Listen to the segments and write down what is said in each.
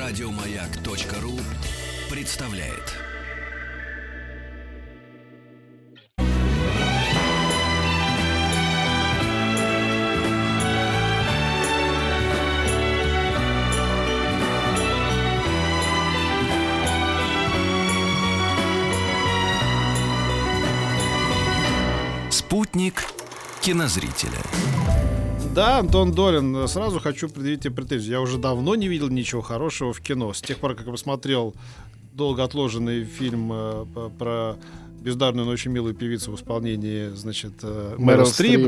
Радиомаяк.ру представляет. Спутник кинозрителя. Да, Антон Долин, сразу хочу предъявить тебе претензию. Я уже давно не видел ничего хорошего в кино. С тех пор, как я посмотрел долго отложенный фильм про бездарную, но очень милую певицу в исполнении, значит, Мэрил Стрип,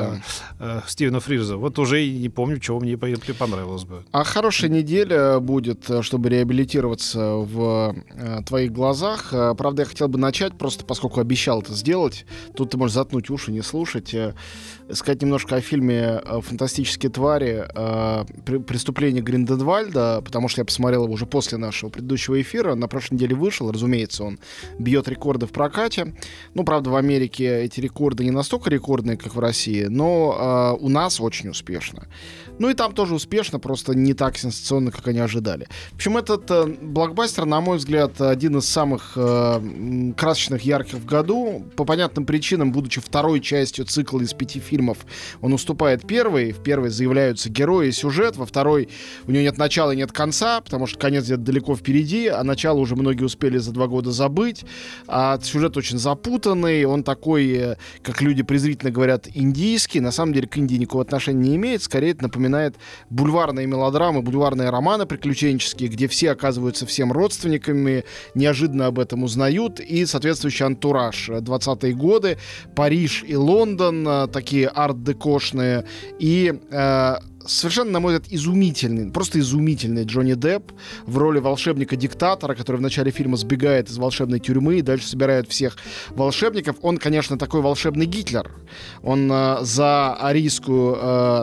Стивена Фрирза. Вот уже и не помню, чего мне понравилось бы. А хорошая неделя будет, чтобы реабилитироваться в твоих глазах. Правда, я хотел бы начать, просто поскольку обещал это сделать. Тут ты можешь заткнуть уши, не слушать. Сказать немножко о фильме «Фантастические твари. Преступление Гриндевальда», потому что я посмотрел его уже после нашего предыдущего эфира. На прошлой неделе вышел, разумеется, он бьет рекорды в прокате. Ну, правда, в Америке эти рекорды не настолько рекордные, как в России, но у нас очень успешно. Ну и там тоже успешно, просто не так сенсационно, как они ожидали. В общем, этот блокбастер, на мой взгляд, один из самых красочных, ярких в году. По понятным причинам, будучи второй частью цикла из 5 фильмов, он уступает первой. В первой заявляются герои и сюжет, во второй у него нет начала и нет конца, потому что конец где-то далеко впереди, а начало уже многие успели за 2 года забыть. А сюжет очень запутанный, он такой, как люди презрительно говорят, индийский. На самом деле к Индии никакого отношения не имеет, скорее это напоминает бульварные мелодрамы, бульварные романы приключенческие, где все оказываются всем родственниками, неожиданно об этом узнают, и соответствующий антураж. 20-е годы, Париж и Лондон, такие арт-декошные, и совершенно, на мой взгляд, изумительный, просто изумительный Джонни Депп в роли волшебника-диктатора, который в начале фильма сбегает из волшебной тюрьмы и дальше собирает всех волшебников. Он, конечно, такой волшебный Гитлер. Он за арийскую,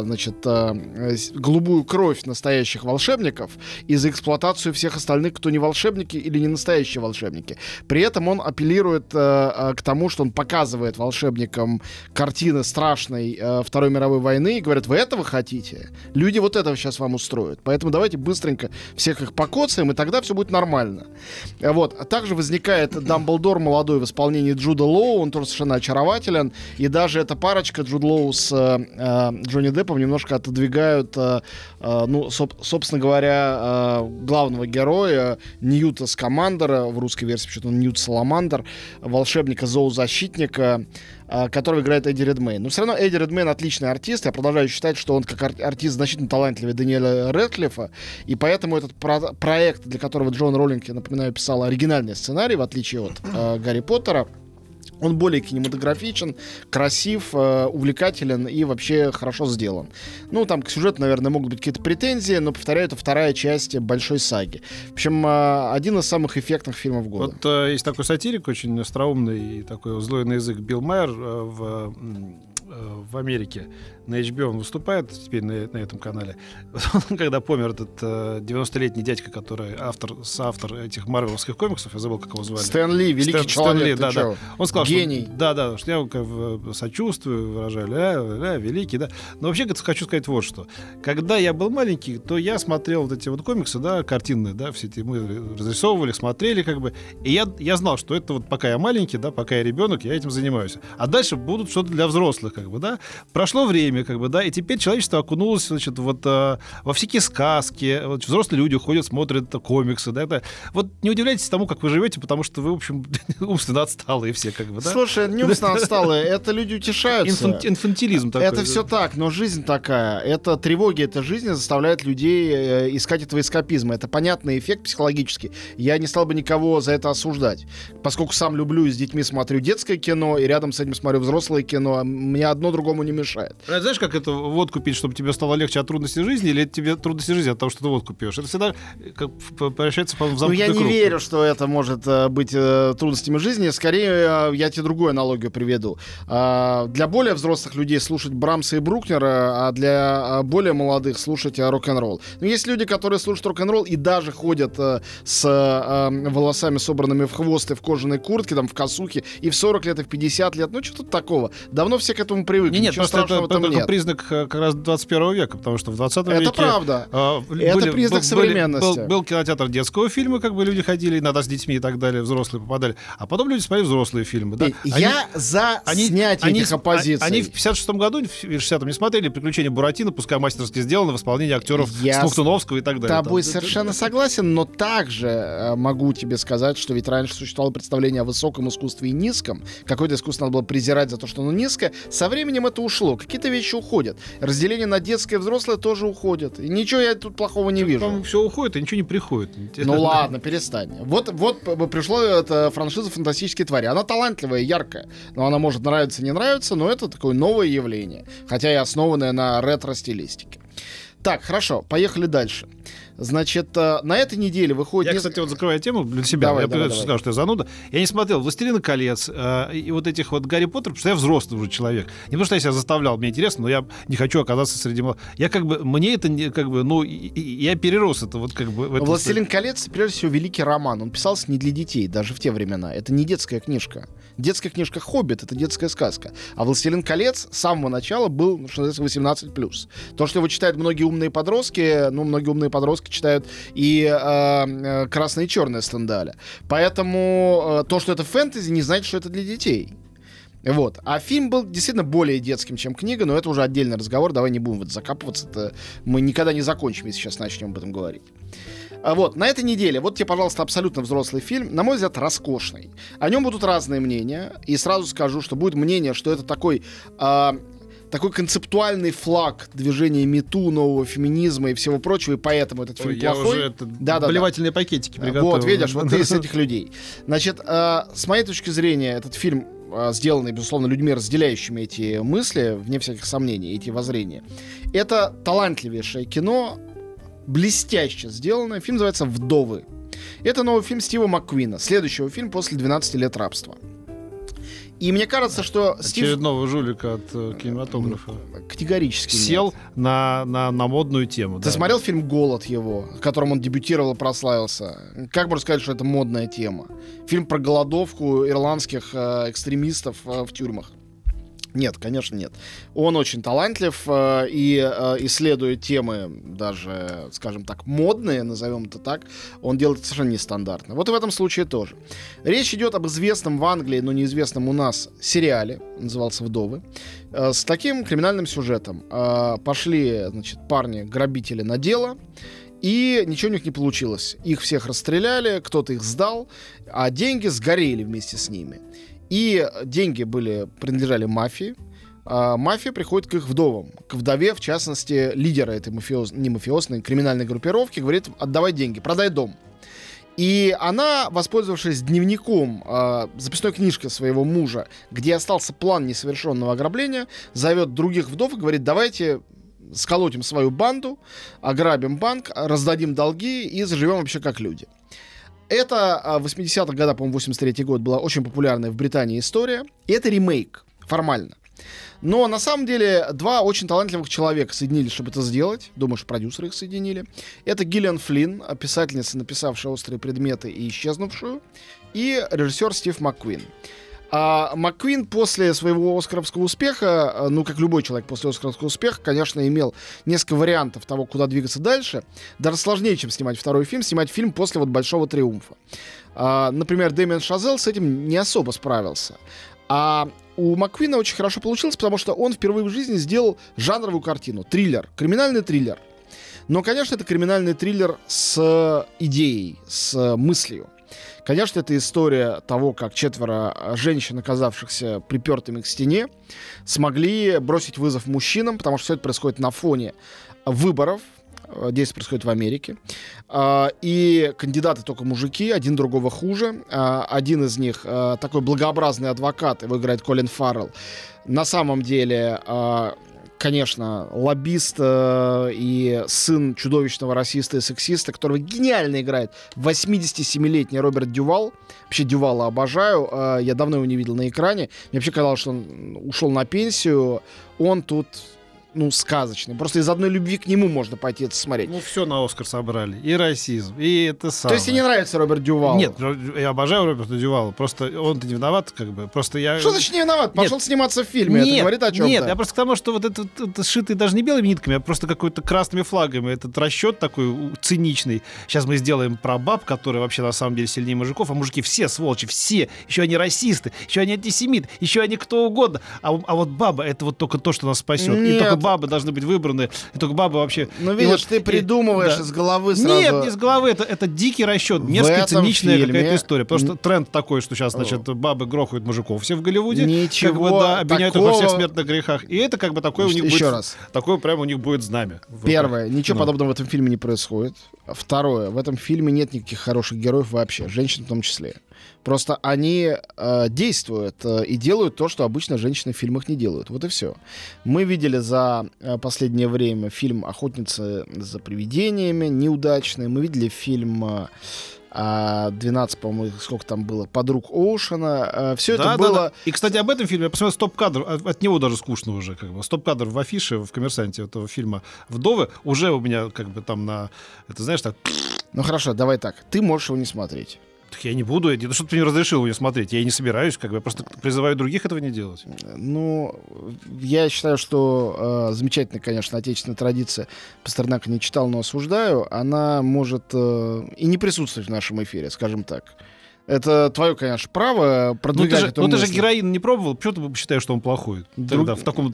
голубую кровь настоящих волшебников и за эксплуатацию всех остальных, кто не волшебники или не настоящие волшебники. При этом он апеллирует к тому, что он показывает волшебникам картины страшной Второй мировой войны и говорит: вы этого хотите? Люди вот этого сейчас вам устроят. Поэтому давайте быстренько всех их покоцаем, и тогда все будет нормально. Вот. А также возникает Дамблдор молодой в исполнении Джуда Лоу. Он тоже совершенно очарователен. И даже эта парочка Джуд Лоу с Джонни Деппом немножко отодвигают, собственно говоря, главного героя Ньюта Скамандера, в русской версии почему-то он Ньют Саламандр, волшебника-зоозащитника, которого играет Эдди Редмейн. Но все равно Эдди Редмейн отличный артист. Я продолжаю считать, что он как артист значительно талантливее Дэниеля Рэдклиффа. И поэтому этот проект, для которого Джон Роллинг, я напоминаю, писал оригинальный сценарий, в отличие от Гарри Поттера, он более кинематографичен, красив, увлекателен и вообще хорошо сделан. Ну, там к сюжету, наверное, могут быть какие-то претензии, но, повторяю, это вторая часть большой саги. В общем, один из самых эффектных фильмов года. Вот есть такой сатирик, очень остроумный и такой злой на язык, Билл Майер в Америке. На HBO он выступает теперь на этом канале. Когда помер этот 90-летний дядька, который соавтор этих марвеловских комиксов, я забыл, как его звали. Стэн Ли, великий человек. Стэн Ли, да. Он сказал, гений. Что я сочувствую, выражаю, великий, да. Но вообще хочу сказать вот что. Когда я был маленький, то я смотрел вот эти вот комиксы, да, картинные, да, все эти мы разрисовывали, смотрели, как бы. И я знал, что это вот пока я маленький, да, пока я ребенок, я этим занимаюсь. А дальше будут что-то для взрослых, как бы, да. Прошло время, как бы, да, и теперь человечество окунулось, значит, вот во всякие сказки, вот взрослые люди ходят, смотрят комиксы, да, это, вот не удивляйтесь тому, как вы живете, потому что вы, в общем, умственно отсталые все, как бы, да. Слушай, не умственно отсталые, это люди утешаются. Инфантилизм такой. Это все так, но жизнь такая, это тревоги, эта жизнь заставляет людей искать этого эскапизма, это понятный эффект психологический, я не стал бы никого за это осуждать, поскольку сам люблю и с детьми смотрю детское кино, и рядом с этим смотрю взрослое кино, мне одно другому не мешает. Знаешь, как это водку пить, чтобы тебе стало легче от трудностей жизни, или тебе трудности жизни от того, что ты водку пьешь? Это всегда превращается в замкнутый круг. Я не верю, что это может быть трудностями жизни. Скорее, я тебе другую аналогию приведу. Для более взрослых людей слушать Брамса и Брукнера, а для более молодых слушать рок-н-ролл. Но есть люди, которые слушают рок-н-ролл и даже ходят с волосами, собранными в хвост и в кожаной куртке, там, в косухе, и в 40 лет, и в 50 лет. Ну, что тут такого? Давно все к этому привыкли. Нет, просто это Нет. признак как раз 21 века, потому что в 20 веке... Это правда. Это признак современности. Был кинотеатр детского фильма, как бы люди ходили, иногда с детьми и так далее, взрослые попадали. А потом люди смотрели взрослые фильмы. Да? Я за снятие этих оппозиций. Они в 56-м году, в 60-м не смотрели «Приключения Буратино», пускай мастерски сделано в исполнении актеров Смоктуновского и так далее. Я с тобой совершенно согласен, но также могу тебе сказать, что ведь раньше существовало представление о высоком искусстве и низком. Какое-то искусство надо было презирать за то, что оно низкое. Со временем это ушло. Какие-то вещи уходят. Разделение на детское и взрослое тоже уходит. И ничего я тут плохого не вижу. Там все уходит, и ничего не приходит. Ну ладно, перестань. Вот пришло эта франшиза «Фантастические твари». Она талантливая, яркая. Но она может нравиться, не нравиться, но это такое новое явление. Хотя и основанное на ретро-стилистике. Так, хорошо, поехали дальше. Значит, на этой неделе выходит... Я, кстати, вот закрываю тему для себя. Давай, я скажу, что я зануда. Я не смотрел «Властелина колец» и вот этих вот «Гарри Поттер», потому что я взрослый уже человек. Не потому что я себя заставлял, мне интересно, но я не хочу оказаться среди... Я как бы... Мне это как бы... Ну, я перерос это вот как бы... «Властелин колец», прежде всего, великий роман. Он писался не для детей, даже в те времена. Это не детская книжка. Детская книжка «Хоббит» — это детская сказка. А «Властелин колец» с самого начала был, что называется, 18+. То, что его читают многие умные подростки, многие умные подростки читают и «Красное и черное» Стендаля. Поэтому то, что это фэнтези, не значит, что это для детей. Вот. А фильм был действительно более детским, чем книга, но это уже отдельный разговор, давай не будем в это закапываться, мы никогда не закончим, если сейчас начнем об этом говорить. Вот, на этой неделе, вот тебе, пожалуйста, абсолютно взрослый фильм, на мой взгляд, роскошный. О нем будут разные мнения, и сразу скажу, что будет мнение, что это такой концептуальный флаг движения МeToo, нового феминизма и всего прочего, и поэтому этот фильм плохой. Я уже обливательные пакетики приготовил. Вот, видишь, вот ты из этих людей. Значит, с моей точки зрения, этот фильм, сделанный, безусловно, людьми, разделяющими эти мысли, вне всяких сомнений, эти воззрения, это талантливейшее кино, блестяще сделанное. Фильм называется «Вдовы». Это новый фильм Стива Маккуина, следующего фильма после «12 лет рабства». И мне кажется, что очередного жулика от кинематографа категорически сел на модную тему. Ты смотрел фильм «Голод» его, в котором он дебютировал и прославился? Как можно сказать, что это модная тема? Фильм про голодовку ирландских экстремистов в тюрьмах. Нет, конечно, нет. Он очень талантлив и исследует темы даже, скажем так, модные, назовем это так. Он делает это совершенно нестандартно. Вот и в этом случае тоже. Речь идет об известном в Англии, но неизвестном у нас сериале, назывался «Вдовы», с таким криминальным сюжетом. Пошли, значит, парни-грабители на дело, и ничего у них не получилось. Их всех расстреляли, кто-то их сдал, а деньги сгорели вместе с ними. И деньги принадлежали мафии. Мафия приходит к их вдовам. К вдове, в частности, лидера этой мафиозной криминальной группировки, говорит: отдавай деньги, продай дом. И она, воспользовавшись дневником, записной книжкой своего мужа, где остался план несовершенного ограбления, зовет других вдов и говорит: давайте сколотим свою банду, ограбим банк, раздадим долги и заживем вообще как люди. Это в 80-х годах, по-моему, 83-й год, была очень популярная в Британии история. И это ремейк, формально. Но на самом деле два очень талантливых человека соединились, чтобы это сделать. Думаю, что продюсеры их соединили. Это Гиллиан Флинн, писательница, написавшая «Острые предметы» и «Исчезнувшую», и режиссер Стив Маккуин. А Маккуин после своего оскаровского успеха, как любой человек после оскаровского успеха, конечно, имел несколько вариантов того, куда двигаться дальше. Даже сложнее, чем снимать второй фильм, снимать фильм после большого триумфа. Например, Дэмиан Шазелл с этим не особо справился. А у Маккуина очень хорошо получилось, потому что он впервые в жизни сделал жанровую картину, триллер, криминальный триллер. Но, конечно, это криминальный триллер с идеей, с мыслью. Конечно, это история того, как 4 женщин, оказавшихся припертыми к стене, смогли бросить вызов мужчинам, потому что все это происходит на фоне выборов. Действие происходит в Америке. И кандидаты только мужики, один другого хуже. Один из них такой благообразный адвокат, его играет Колин Фаррелл. На самом деле, конечно, лоббист и сын чудовищного расиста и сексиста, которого гениально играет 87-летний Роберт Дювал. Вообще Дювала обожаю. Я давно его не видел на экране. Мне вообще казалось, что он ушел на пенсию. Он тут сказочный. Просто из одной любви к нему можно пойти это смотреть. Ну, все на Оскар собрали. И расизм, и это самое. То есть тебе не нравится Роберт Дювал? Нет, я обожаю Роберта Дювала. Просто он-то не виноват, как бы. Просто я... Что значит не виноват? Пошел сниматься в фильме. Это говорит о чем-то. Нет, я просто к тому, что вот это сшитый даже не белыми нитками, а просто какой-то красными флагами. Этот расчет такой циничный. Сейчас мы сделаем про баб, которые вообще на самом деле сильнее мужиков, а мужики все сволочи, все. Еще они расисты, еще они антисемиты, еще они кто угодно. А вот баба — это вот только то, что нас спасет. Нет. И только бабы должны быть выбраны. И только бабы вообще... Ну, видишь, ты придумываешь из головы сразу... Нет, не из головы. Это дикий расчет. Мерзкая, циничная какая-то история. Потому что тренд такой, что сейчас, значит, бабы грохают мужиков все в Голливуде. Ничего как бы, да, обвиняют их такого... во всех смертных грехах. И это как бы такое у них будет... Еще раз. Такое прямо у них будет знамя. Первое. Ничего подобного в этом фильме не происходит. Второе. В этом фильме нет никаких хороших героев вообще. Женщин в том числе. Просто они действуют и делают то, что обычно женщины в фильмах не делают. Вот и все. Мы видели за последнее время фильм «Охотница за привидениями», неудачный. Мы видели фильм 12, по-моему, сколько там было, «Подруг Оушена». Все это было... Да. И, кстати, об этом фильме я посмотрел стоп-кадр. От него даже скучно уже. Как бы. Стоп-кадр в афише, в «Коммерсанте» этого фильма «Вдовы» уже у меня как бы там на... Это знаешь, так... Ну хорошо, давай так. Ты можешь его не смотреть. Так я не буду, что ты мне разрешил его не смотреть. Я и не собираюсь, как бы, я просто призываю других этого не делать. Ну, я считаю, что замечательная, конечно, отечественная традиция. Пастернака не читал, но осуждаю. Она может и не присутствовать в нашем эфире, скажем так. Это твое, конечно, право продвигать эту мысль. Ты же героин не пробовал, почему ты считаешь, что он плохой? Тогда в таком...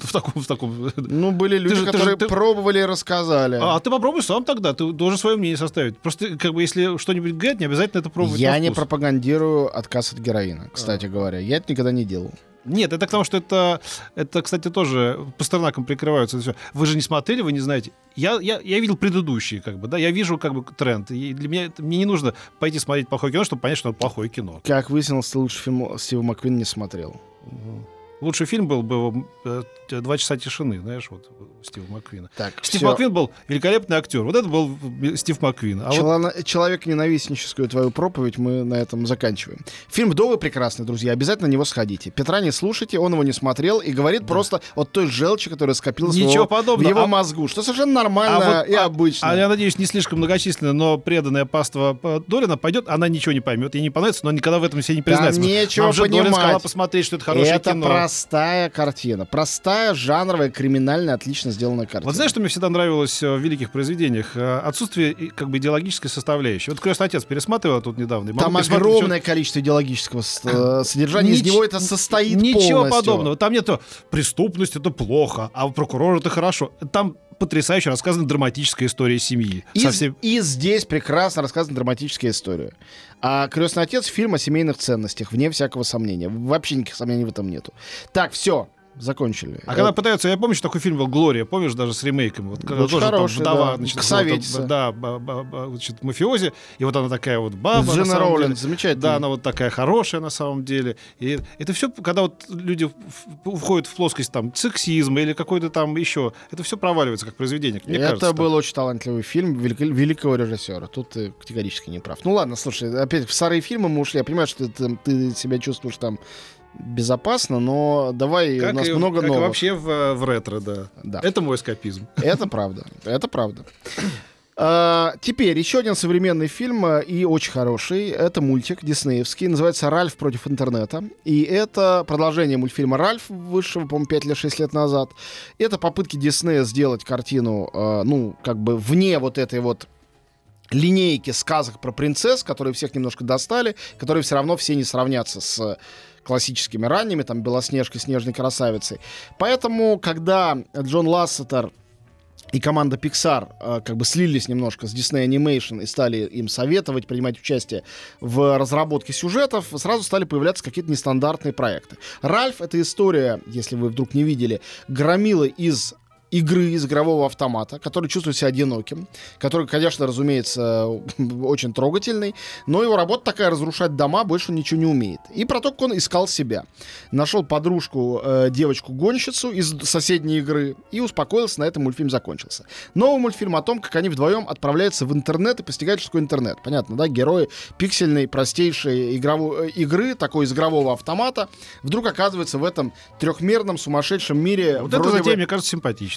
Ну, были люди, которые пробовали и рассказали. А ты попробуй сам тогда, ты должен свое мнение составить. Просто, как бы, если что-нибудь говорят, не обязательно это пробовать. Я не пропагандирую отказ от героина, кстати говоря. Я это никогда не делал. Нет, это к тому, что это, кстати, тоже Пастернаком прикрываются. Вы же не смотрели, вы не знаете. Я видел предыдущие, как бы, да, я вижу, как бы, тренд. И для меня мне не нужно пойти смотреть плохое кино, чтобы понять, что это плохое кино. Как выяснилось, ты лучший фильм Стива Маккуина не смотрел. Лучший фильм был бы «2 часа тишины», знаешь, вот Стива Маккуина. Стив всё. Маккуин был великолепный актер. Вот это был Стив Маккуин. Человек-ненавистническую твою проповедь мы на этом заканчиваем. Фильм «Вдовы» прекрасный, друзья. Обязательно на него сходите. Петра не слушайте, он его не смотрел и говорит просто от той желчи, которая скопилась в его мозгу. Что совершенно нормально и обычно. А я надеюсь, не слишком многочисленная, но преданная паства Долина пойдет, она ничего не поймет. Ей не понравится, но никогда в этом себе не признается. Там нечего понимать. Долин сказала посмотреть, что это хорошее кино. Это простая картина. Простая, жанровая, криминальная, отлично сделанная картина. Вот знаешь, что мне всегда нравилось в великих произведениях? Отсутствие как бы идеологической составляющей. Вот «Крестный отец» пересматривал тут недавно. Там огромное количество идеологического содержания. Из него это состоит полностью. Ничего подобного. Там нет преступность — это плохо, а прокурор — это хорошо. Там потрясающе рассказана драматическая история семьи. И здесь прекрасно рассказана драматическая история. А «Крестный отец» — фильм о семейных ценностях, вне всякого сомнения. Вообще никаких сомнений в этом нету. Так, все. Закончили. А когда пытаются, я помню, что такой фильм был «Глория», помнишь, даже с ремейком. Вот, когда тоже хороший, там вдова, да. значит, Ксаветица. Значит, мафиози, и вот она такая вот баба. Джина Роулинг, замечательно. Да, она вот такая хорошая на самом деле. И это все, когда вот люди входят в плоскость там сексизма или какой-то там еще, это все проваливается как произведение. Мне кажется, был очень талантливый фильм великого режиссера. Тут ты категорически не прав. Ну ладно, слушай, опять в старые фильмы мы ушли. Я понимаю, что ты себя чувствуешь там безопасно, но давай, как у нас и, много как новых. И вообще в ретро, да. Это мой эскапизм. Это правда, это правда. Теперь еще один современный фильм и очень хороший. Это мультик диснеевский, называется «Ральф против интернета». И это продолжение мультфильма «Ральф», вышедшего, по-моему, 5 или 6 лет назад. Это попытки Диснея сделать картину, ну, как бы вне вот этой вот линейки сказок про принцесс, которые всех немножко достали, которые все равно все не сравнятся с классическими ранними, там, «Белоснежкой», «Снежной красавицей». Поэтому, когда Джон Лассетер и команда Pixar как бы слились немножко с Disney Animation и стали им советовать, принимать участие в разработке сюжетов, сразу стали появляться какие-то нестандартные проекты. «Ральф» — это история, если вы вдруг не видели, громилы из игры, из игрового автомата, который чувствует себя одиноким, который, конечно, разумеется, очень трогательный, но его работа такая — разрушать дома, больше ничего не умеет. И про то, как он искал себя. Нашел подружку, девочку-гонщицу из соседней игры и успокоился, на этом мультфильм закончился. Новый мультфильм о том, как они вдвоем отправляются в интернет и постигают, что такое интернет. Понятно, да? Герои пиксельной, простейшей игры, такой из игрового автомата, вдруг оказываются в этом трехмерном, сумасшедшем мире. Вот это затея, мне кажется, симпатичная.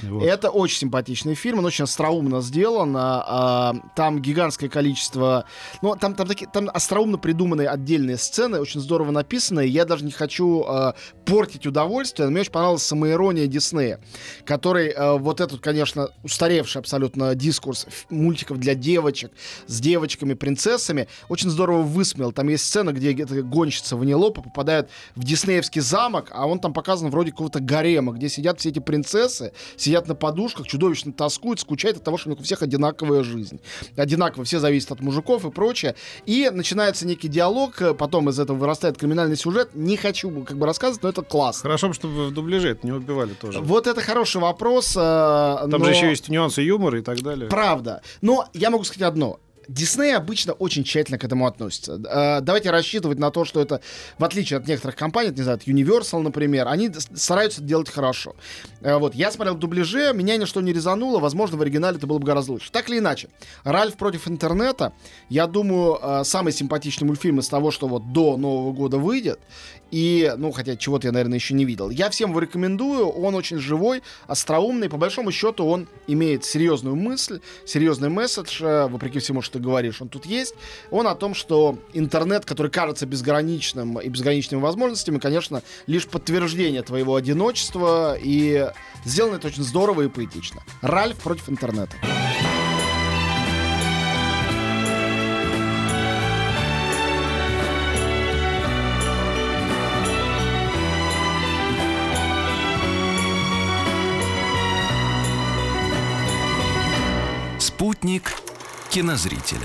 симпатичный. Вот. Это очень симпатичный фильм, он очень остроумно сделан. Там гигантское количество... Ну, там остроумно придуманные отдельные сцены, очень здорово написанные. Я даже не хочу портить удовольствие, но мне очень понравилась самоирония Диснея, который вот этот, конечно, устаревший абсолютно дискурс мультиков для девочек с девочками-принцессами очень здорово высмеял. Там есть сцена, где где-то гонщица Ванеллопа попадает в диснеевский замок, а он там показан вроде какого-то гарема, где сидят все эти принцессы, сидят на подушках, чудовищно тоскуют, скучают от того, что у них у всех одинаковая жизнь. Одинаково, все зависят от мужиков и прочее. И начинается некий диалог, потом из этого вырастает криминальный сюжет. Не хочу как бы рассказывать, но это классно. Хорошо, чтобы в дубляже это не убивали тоже. Вот это хороший вопрос. Там же еще есть нюансы юмора и так далее. Правда. Но я могу сказать одно. Дисней обычно очень тщательно к этому относится. Давайте рассчитывать на то, что это, в отличие от некоторых компаний, не знаю, от Universal, например, они стараются делать хорошо. Вот. Я смотрел в дубляже, меня ничто не резануло, возможно, в оригинале это было бы гораздо лучше. Так или иначе, «Ральф против интернета», я думаю, самый симпатичный мультфильм из того, что вот до Нового года выйдет. И, ну, хотя чего-то я, наверное, еще не видел. Я всем его рекомендую, он очень живой, остроумный, по большому счету он имеет серьезную мысль, серьезный месседж, вопреки всему, что ты говоришь, он тут есть. Он о том, что интернет, который кажется безграничным и безграничными возможностями, конечно, лишь подтверждение твоего одиночества, и сделано это очень здорово и поэтично. «Ральф против интернета». Спутник кинозрителя.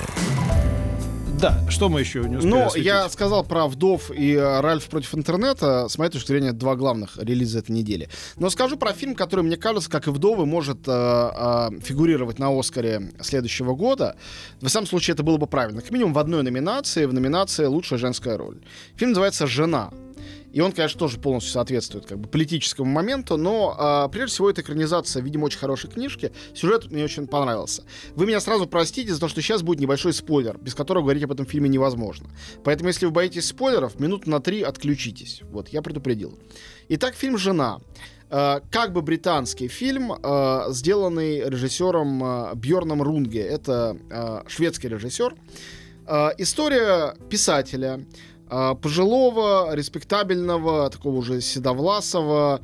Да, что мы еще не успели Ну, осветить? я сказал про «Вдов» и «Ральф против интернета». С моей точки зрения, два главных релиза этой недели. Но скажу про фильм, который, мне кажется, как и «Вдовы», может фигурировать на «Оскаре» следующего года. В самом случае, это было бы правильно. Как минимум в одной номинации, в номинации «Лучшая женская роль». Фильм называется «Жена». И он, конечно, тоже полностью соответствует как бы политическому моменту, но прежде всего это экранизация, видимо, очень хорошей книжки. Сюжет мне очень понравился. Вы меня сразу простите за то, что сейчас будет небольшой спойлер, без которого говорить об этом фильме невозможно. Поэтому, если вы боитесь спойлеров, минут на 3 отключитесь. Вот, я предупредил. Итак, фильм «Жена». Как бы британский фильм, сделанный режиссером Бьорном Рунге. Это шведский режиссер. История писателя, пожилого, респектабельного, такого уже седовласого,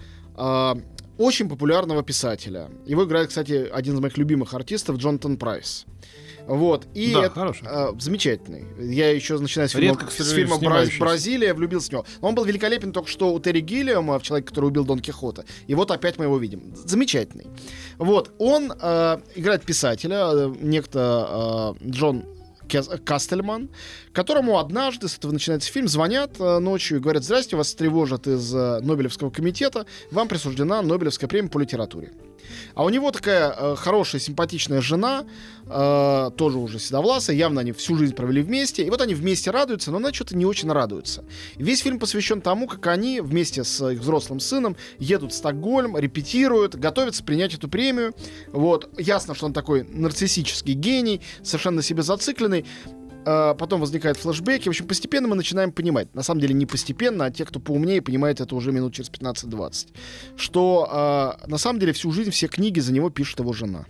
очень популярного писателя. Его играет, кстати, один из моих любимых артистов, Джонатан Прайс. Вот. И да, это, замечательный. Я еще, начиная с фильма «Бразилия», влюбился в него. Он был великолепен только что у Терри Гиллиама, в «Человеке, который убил Дон Кихота». И вот опять мы его видим. Замечательный. Вот. Он играет писателя, некто Джон Кастельман, которому однажды, с этого начинается фильм, звонят ночью и говорят: «Здрасте, вас тревожат из Нобелевского комитета, вам присуждена Нобелевская премия по литературе». А у него такая хорошая, симпатичная жена, тоже уже седовласая, явно они всю жизнь провели вместе, и вот они вместе радуются, но она что-то не очень радуется. И весь фильм посвящен тому, как они вместе с их взрослым сыном едут в Стокгольм, репетируют, готовятся принять эту премию. Вот. Ясно, что он такой нарциссический гений, совершенно на себе зацикленный. Потом возникают флешбеки. В общем, постепенно мы начинаем понимать, на самом деле не постепенно, а те, кто поумнее, понимают это уже минут через 15-20, что на самом деле всю жизнь все книги за него пишет его жена.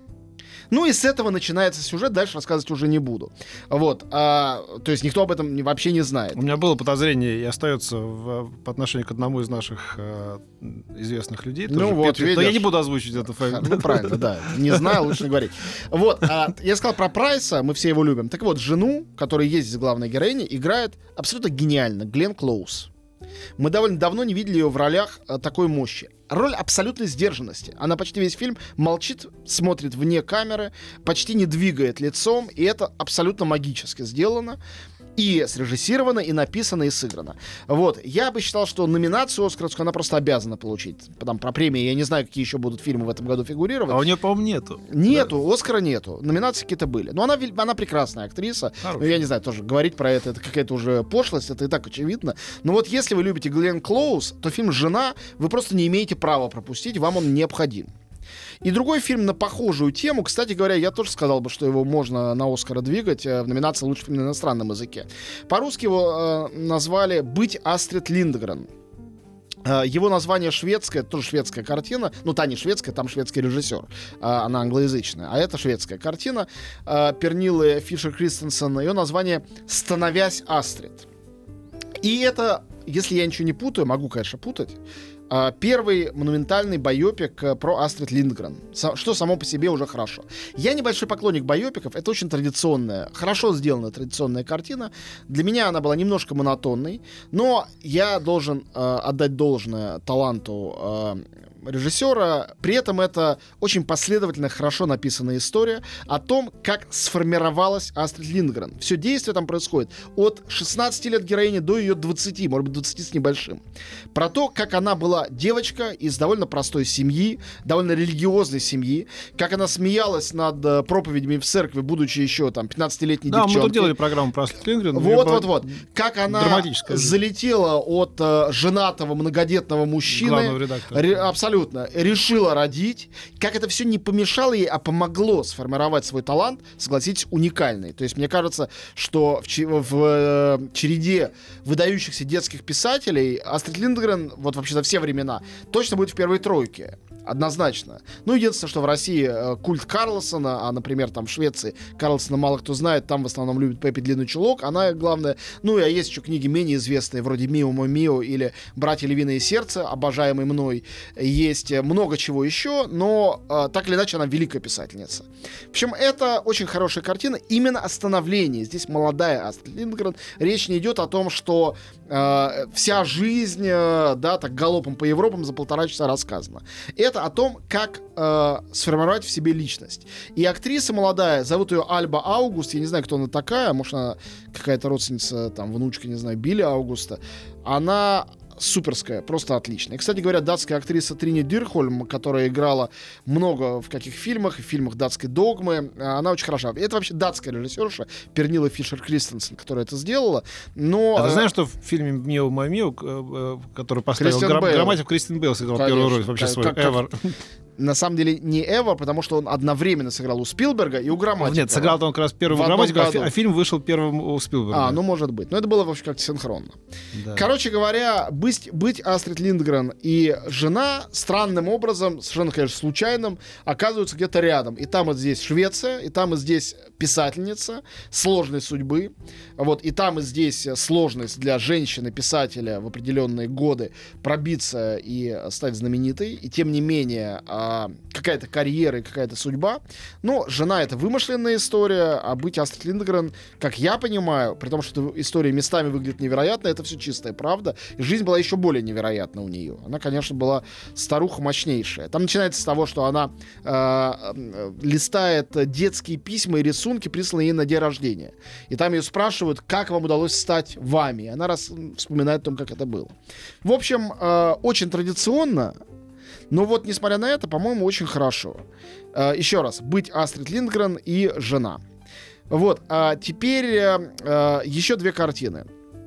Ну и с этого начинается сюжет, дальше рассказывать уже не буду. Вот. То есть никто об этом вообще не знает. У меня было подозрение и остается по отношению к одному из наших известных людей. Ну вот, видишь. Но я не буду озвучить эту фамилию. Ну правильно, да. Не знаю, лучше не говорить. Вот. Я сказал про Прайса, мы все его любим. Так вот, жену, которая есть здесь главной героиней, играет абсолютно гениально Гленн Клоуз. Мы довольно давно не видели ее в ролях такой мощи. Роль абсолютной сдержанности. Она почти весь фильм молчит, смотрит вне камеры, почти не двигает лицом, и это абсолютно магически сделано. И срежиссировано, и написано, и сыграно. Вот. Я бы считал, что номинацию «Оскаровскую» она просто обязана получить. Там про премии я не знаю, какие еще будут фильмы в этом году фигурировать. А у нее, по-моему, нету. Нету, да. «Оскара» нету. Номинации какие-то были. Но она прекрасная актриса. Ну, я не знаю, тоже говорить про это какая-то уже пошлость, это и так очевидно. Но вот если вы любите Гленн Клоуз, то фильм «Жена» вы просто не имеете права пропустить, вам он необходим. И другой фильм на похожую тему, кстати говоря, я тоже сказал бы, что его можно на «Оскара» двигать в номинации «Лучший фильм на иностранном языке». По-русски его назвали «Быть Астрид Линдгрен». Его название шведское, это тоже шведская картина. Ну, та не шведская, там шведский режиссер. Она англоязычная. А это шведская картина Перниллы Фишер-Кристенсен. Ее название «Становясь Астрид». И это, если я ничего не путаю, могу, конечно, путать, первый монументальный байопик про Астрид Линдгрен, что само по себе уже хорошо. Я небольшой поклонник байопиков, это очень традиционная, хорошо сделанная традиционная картина. Для меня она была немножко монотонной, но я должен отдать должное таланту режиссера. При этом это очень последовательно, хорошо написанная история о том, как сформировалась Астрид Линдгрен. Все действие там происходит от 16 лет героини до ее 20, может быть, 20 с небольшим. Про то, как она была девочка из довольно простой семьи, довольно религиозной семьи, как она смеялась над проповедями в церкви, будучи еще там 15-летней девчонкой. Да, мы тут делали программу про Астрид Линдгрен. Вот. Как она залетела от женатого многодетного мужчины. Главного редактора. Абсолютно. Решила родить. Как это все не помешало ей, а помогло сформировать свой талант, согласитесь, уникальный. То есть мне кажется, что в череде выдающихся детских писателей Астрид Линдгрен, вот вообще за все времена, точно будет в первой тройке. Однозначно. Ну, единственное, что в России культ Карлсона, а, например, там в Швеции Карлсона мало кто знает, там в основном любят Пеппи Длинный Чулок, она главное. Ну, а есть еще книги менее известные, вроде «Мио Мо Мио» или «Братья Львиное Сердце», обожаемый мной. Есть много чего еще, но так или иначе она великая писательница. В общем, это очень хорошая картина. Именно о становлении. Здесь молодая Астрид Линдгрен. Речь не идет о том, что вся жизнь, да, так галопом по Европам за 1,5 часа рассказана. Это о том, как сформировать в себе личность. И актриса молодая, зовут ее Альба Аугуст, я не знаю, кто она такая, может, она какая-то родственница, там, внучка, не знаю, Билли Аугуста. Она суперская, просто отличная. И, кстати говоря, датская актриса Трини Дирхольм, которая играла много в каких фильмах, в фильмах датской «Догмы», она очень хороша. Это вообще датская режиссерша Пернилла Фишер-Кристенсен, которая это сделала. Но... А ты знаешь, что в фильме «Мио Мо Мио», который поставил грамматик, Кристиан Бейл сыграл первую роль вообще свою, Эвер. На самом деле не Эва, потому что он одновременно сыграл у Спилберга и у Грамматика. Нет, сыграл-то он как раз первым у Грамматика, а фильм вышел первым у Спилберга. Ну может быть. Но это было вообще как-то синхронно. Да. Короче говоря, быть Астрид Линдгрен и жена странным образом, совершенно, конечно, случайным, оказываются где-то рядом. И там, и здесь Швеция, и там, и здесь писательница сложной судьбы. Вот, и там, и здесь сложность для женщины-писателя в определенные годы пробиться и стать знаменитой. И тем не менее... какая-то карьера и какая-то судьба. Но жена — это вымышленная история, а быть Астрид Линдгрен, как я понимаю, при том, что история местами выглядит невероятно, это все чистая правда. И жизнь была еще более невероятна у нее. Она, конечно, была старуха мощнейшая. Там начинается с того, что она листает детские письма и рисунки, присланные ей на день рождения. И там ее спрашивают, как вам удалось стать вами. И она вспоминает о том, как это было. В общем, очень традиционно. Но вот, несмотря на это, по-моему, очень хорошо. Еще раз, быть Астрид Линдгрен и жена. Вот, теперь еще две картины.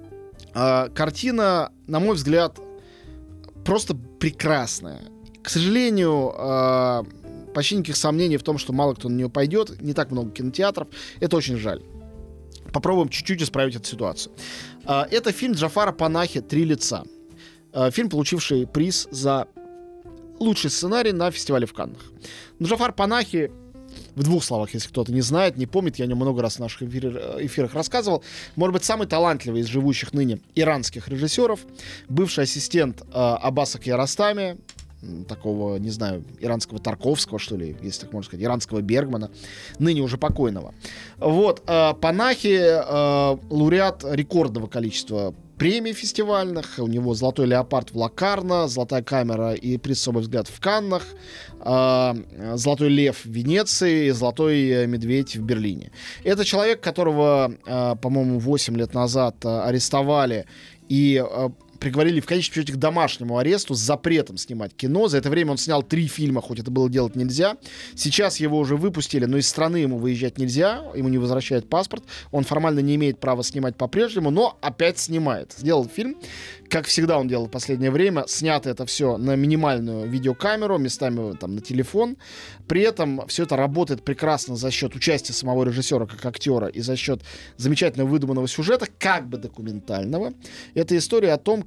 Картина, на мой взгляд, просто прекрасная. К сожалению, почти никаких сомнений в том, что мало кто на нее пойдет. Не так много кинотеатров. Это очень жаль. Попробуем чуть-чуть исправить эту ситуацию. Это фильм Джафара Панахи «Три лица». Фильм, получивший приз за лучший сценарий на фестивале в Каннах. Но Джафар Панахи, в двух словах, если кто-то не знает, не помнит, я о нем много раз в наших эфирах рассказывал, может быть, самый талантливый из живущих ныне иранских режиссеров, бывший ассистент Аббаса Киаростами, такого, не знаю, иранского Тарковского, что ли, если так можно сказать, иранского Бергмана, ныне уже покойного. Вот, Панахи лауреат рекордного количества премий фестивальных. У него «Золотой леопард» в Локарно, «Золотая камера» и приз «Особый взгляд» в Каннах, «Золотой лев» в Венеции и «Золотой медведь» в Берлине. Это человек, которого, по-моему, 8 лет назад арестовали и приговорили в конечном счете к домашнему аресту с запретом снимать кино. За это время он снял 3 фильма, хоть это было делать нельзя. Сейчас его уже выпустили, но из страны ему выезжать нельзя, ему не возвращают паспорт. Он формально не имеет права снимать по-прежнему, но опять снимает. Сделал фильм, как всегда он делал в последнее время. Снято это все на минимальную видеокамеру, местами там на телефон. При этом все это работает прекрасно за счет участия самого режиссера как актера и за счет замечательно выдуманного сюжета, как бы документального. Это история о том,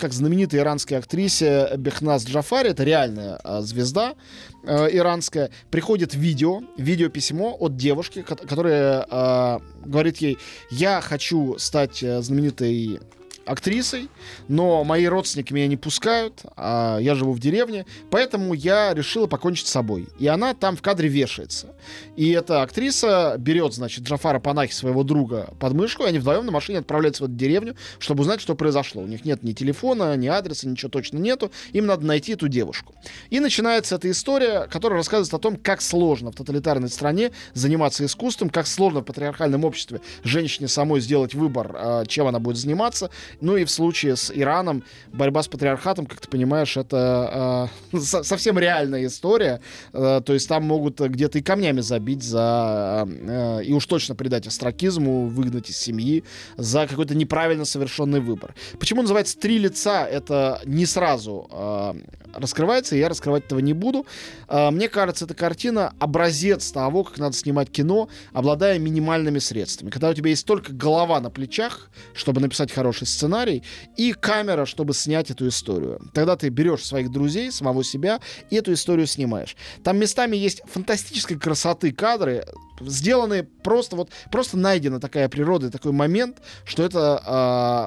как знаменитой иранской актрисе Бехназ Джафари, это реальная звезда иранская, приходит видеописьмо от девушки, которая говорит ей: я хочу стать знаменитой актрисой, но мои родственники меня не пускают, а я живу в деревне, поэтому я решила покончить с собой. И она там в кадре вешается. И эта актриса берет, значит, Джафара Панахи, своего друга, под мышку, и они вдвоем на машине отправляются в эту деревню, чтобы узнать, что произошло. У них нет ни телефона, ни адреса, ничего точно нету. Им надо найти эту девушку. И начинается эта история, которая рассказывает о том, как сложно в тоталитарной стране заниматься искусством, как сложно в патриархальном обществе женщине самой сделать выбор, чем она будет заниматься. Ну и в случае с Ираном борьба с патриархатом, как ты понимаешь, это совсем реальная история. То есть там могут где-то и камнями забить и уж точно предать остракизму, выгнать из семьи за какой-то неправильно совершенный выбор. Почему называется «Три лица»? Это не сразу раскрывается, и я раскрывать этого не буду. Мне кажется, эта картина — образец того, как надо снимать кино, обладая минимальными средствами. Когда у тебя есть только голова на плечах, чтобы написать хороший сценарий, и камера, чтобы снять эту историю. Тогда ты берешь своих друзей, самого себя, и эту историю снимаешь. Там местами есть фантастической красоты кадры, сделанные просто найдена такая природа, такой момент, что это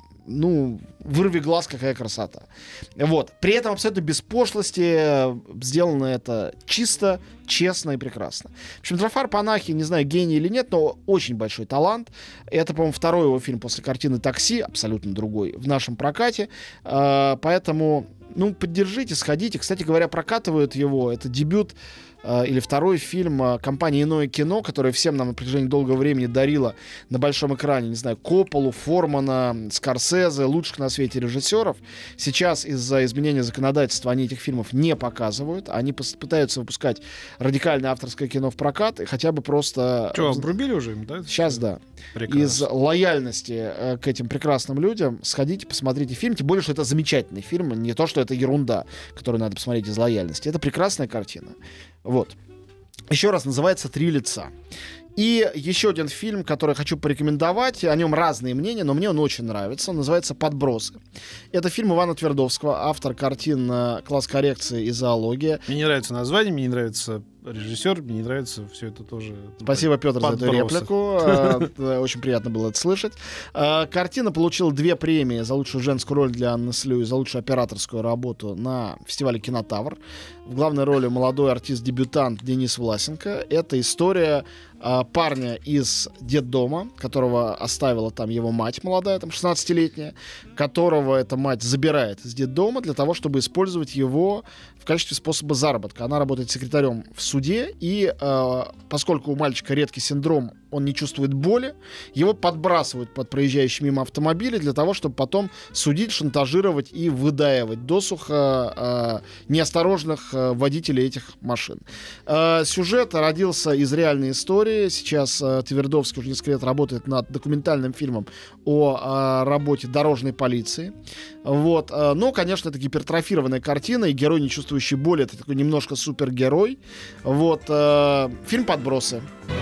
вырви глаз, какая красота. Вот. При этом абсолютно без пошлости сделано это чисто, честно и прекрасно. В общем, Джафар Панахи, не знаю, гений или нет, но очень большой талант. Это, по-моему, второй его фильм после картины «Такси», абсолютно другой, в нашем прокате. Поэтому, поддержите, сходите. Кстати говоря, прокатывают его. Это дебют или второй фильм компании «Иное кино», которая всем нам на протяжении долгого времени дарила на большом экране, не знаю, Копполу, Формана, Скорсезе, лучших на свете режиссеров. Сейчас из-за изменения законодательства они этих фильмов не показывают. Они пытаются выпускать радикальное авторское кино в прокат, и хотя бы просто... Что, обрубили уже им, да? Сейчас, да. Прекрасно. Из лояльности к этим прекрасным людям сходите, посмотрите фильм. Тем более, что это замечательный фильм. Не то, что это ерунда, которую надо посмотреть из лояльности. Это прекрасная картина. Вот. Еще раз, называется «Три лица». И еще один фильм, который хочу порекомендовать. О нем разные мнения, но мне он очень нравится. Он называется «Подбросы». Это фильм Ивана Твердовского, автор картин «Класс коррекции» и «Зоология». Мне не нравится название, мне не нравится режиссер, мне не нравится все это тоже. Спасибо, Петр, за эту реплику. Очень приятно было это слышать. Картина получила 2 премии за лучшую женскую роль для Анны Слю и за лучшую операторскую работу на фестивале «Кинотавр». В главной роли молодой артист-дебютант Денис Власенко. Это история парня из детдома, которого оставила там его мать молодая, там 16-летняя, которого эта мать забирает из детдома для того, чтобы использовать его в качестве способа заработка. Она работает секретарем в суде, и поскольку у мальчика редкий синдром, он не чувствует боли, его подбрасывают под проезжающие мимо автомобили для того, чтобы потом судить, шантажировать и выдаивать досуха неосторожных водителей этих машин. Сюжет родился из реальной истории. Сейчас Твердовский уже несколько лет работает над документальным фильмом о работе дорожной полиции. Вот. Но, конечно, это гипертрофированная картина, и герой, не чувствующий боли, это такой немножко супергерой. Вот. Фильм «Подбросы».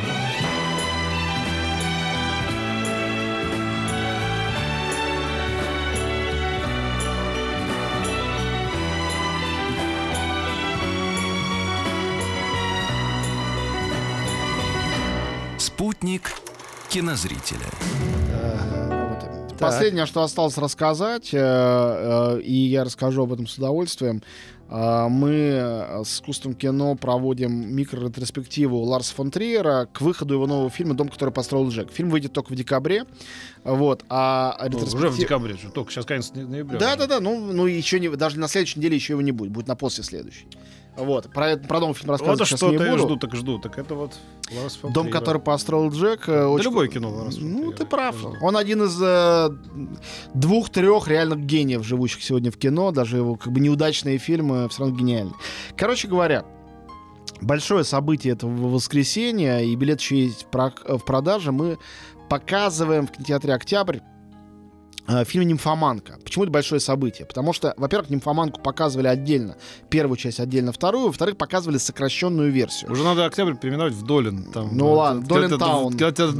Спутник кинозрителя. Последнее, что осталось рассказать, и я расскажу об этом с удовольствием. Мы с «Искусством кино» проводим микроретроспективу Ларса фон Триера к выходу его нового фильма «Дом, который построил Джек». Фильм выйдет только в декабре. Вот, уже в декабре, только сейчас конец ноября. Да. Ну еще не, даже на следующей неделе еще его не будет на после следующей. Вот, про новый фильм рассказывать вот сейчас что не буду. Жду. Так это вот Ларс фон «Дом, Триера. который построил Джек». Да очень... любое кино Ларс фон Триера. Ты прав. Он один из 2-3 реальных гениев, живущих сегодня в кино. Даже его неудачные фильмы все равно гениальны. Короче говоря, большое событие этого воскресенья, и билет еще есть в продаже. Мы показываем в кинотеатре «Октябрь» фильм «Нимфоманка». Почему это большое событие? Потому что, во-первых, «Нимфоманку» показывали отдельно, первую часть отдельно, вторую, во-вторых, показывали сокращенную версию. Уже надо октябрь переименовать в Долин. Там, ну ладно, Долин-таун.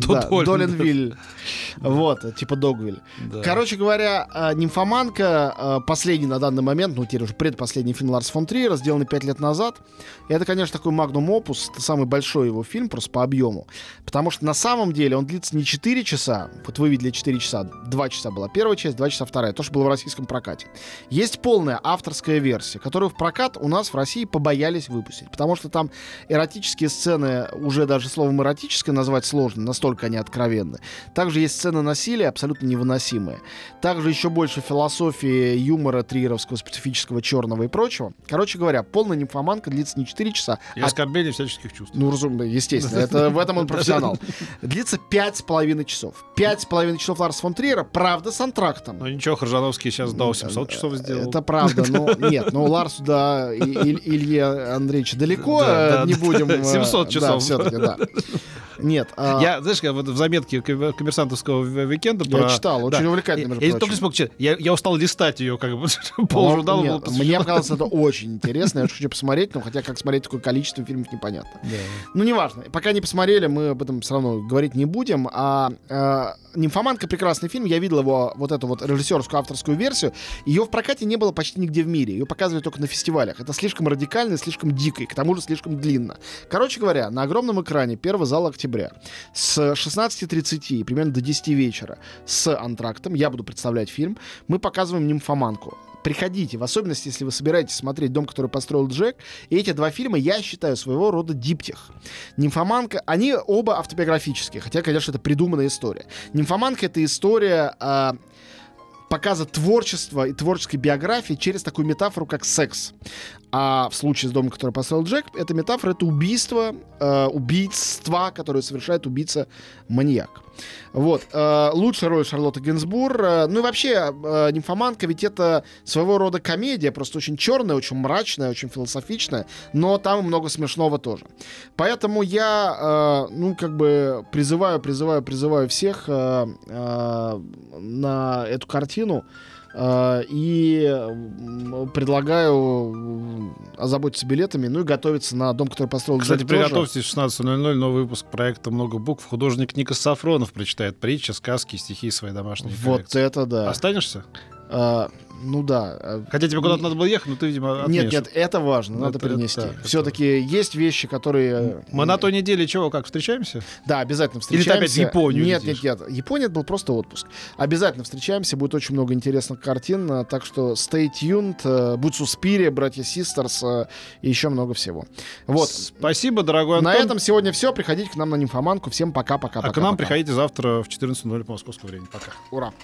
Долинвиль. Вот, типа Догвиль. Да. Короче говоря, «Нимфоманка», последний на данный момент, ну теперь уже предпоследний фильм Ларса фон Триера, сделанный 5 лет назад. И это, конечно, такой магнум-опус, это самый большой его фильм просто по объему. Потому что на самом деле он длится не 4 часа, вот вы видели 4 часа, 2 часа была первая часть, 2 часа вторая, то, что было в российском прокате. Есть полная авторская версия, которую в прокат у нас в России побоялись выпустить, потому что там эротические сцены, уже даже словом эротическое назвать сложно, настолько они откровенны. Также есть сцены насилия абсолютно невыносимые. Также еще больше философии, юмора триеровского, специфического, черного и прочего. Короче говоря, полная «Нимфоманка» длится не 4 часа, И оскорбление всяческих чувств. ну, разумеется, естественно, это, в этом он профессионал. Длится 5,5 часов. 5,5 часов Ларса фон Триера, правда, с антрактом. Ну ничего, Хржановский сейчас до 700 часов сделал. Это правда, но нет, но Ларсу, да, Илье Андреевичу далеко, не будем... 700 часов. Да, все-таки, да. Нет. Я, знаешь, вот в заметке коммерсантовского уикенда... Я читал, очень увлекательно, между Я прочим. только смог читать. Я устал листать ее, как бы, полжурнала было посвящено. Мне показалось это очень интересно, я очень хочу посмотреть, но хотя как смотреть такое количество фильмов непонятно. Ну, неважно. Пока не посмотрели, мы об этом все равно говорить не будем. «Нимфоманка» — прекрасный фильм. Я видел его, вот эту вот режиссерскую авторскую версию. Ее в прокате не было почти нигде в мире. Ее показывали только на фестивалях. Это слишком радикально, слишком дико, и к тому же слишком длинно. Короче говоря, на огромном экране первого зала октября с 16:30 примерно до 10 вечера с антрактом, я буду представлять фильм, мы показываем «Нимфоманку». Приходите, в особенности, если вы собираетесь смотреть «Дом, который построил Джек». И эти два фильма я считаю своего рода диптих. «Нимфоманка», они оба автобиографические, хотя, конечно, это придуманная история. «Нимфоманка» — это история показа творчества и творческой биографии через такую метафору, как секс. А в случае с «Домом, который построил Джек», эта метафора — это убийство, убийство, которое совершает убийца-маньяк. Вот. Лучшая роль Шарлотты Генсбур. Ну и вообще, «Нимфоманка» ведь это своего рода комедия, просто очень черная, очень мрачная, очень философичная, но там много смешного тоже. Поэтому я, призываю всех на эту картину и предлагаю озаботиться билетами, ну и готовиться на «Дом, который построил Джек». Кстати, приготовьтесь, в 16:00 новый выпуск проекта «Много букв». Художник Никос Сафронов прочитает притчи, сказки, стихи своей домашней коллекции. Вот это да. Останешься? Ну да. Хотя тебе куда-то надо было ехать, но ты, видимо, отменишь. Нет, это важно, надо перенести. Все-таки есть вещи, которые... Мы на той неделе чего, как, встречаемся? Да, обязательно встречаемся. Или ты опять Японию Нет. Япония Это был просто отпуск. Обязательно встречаемся, будет очень много интересных картин, так что stay tuned, будет Суспирия, братья Систерс и еще много всего. Вот. Спасибо, дорогой Антон. На этом сегодня все. Приходите к нам на «Нимфоманку». Всем пока-пока. А к нам приходите завтра в 14:00 по московскому времени. Пока. Ура.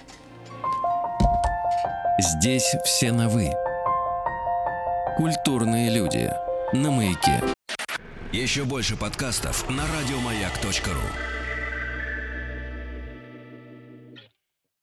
Здесь все на «вы». Культурные люди. На Маяке. Еще больше подкастов на радиомаяк.ру.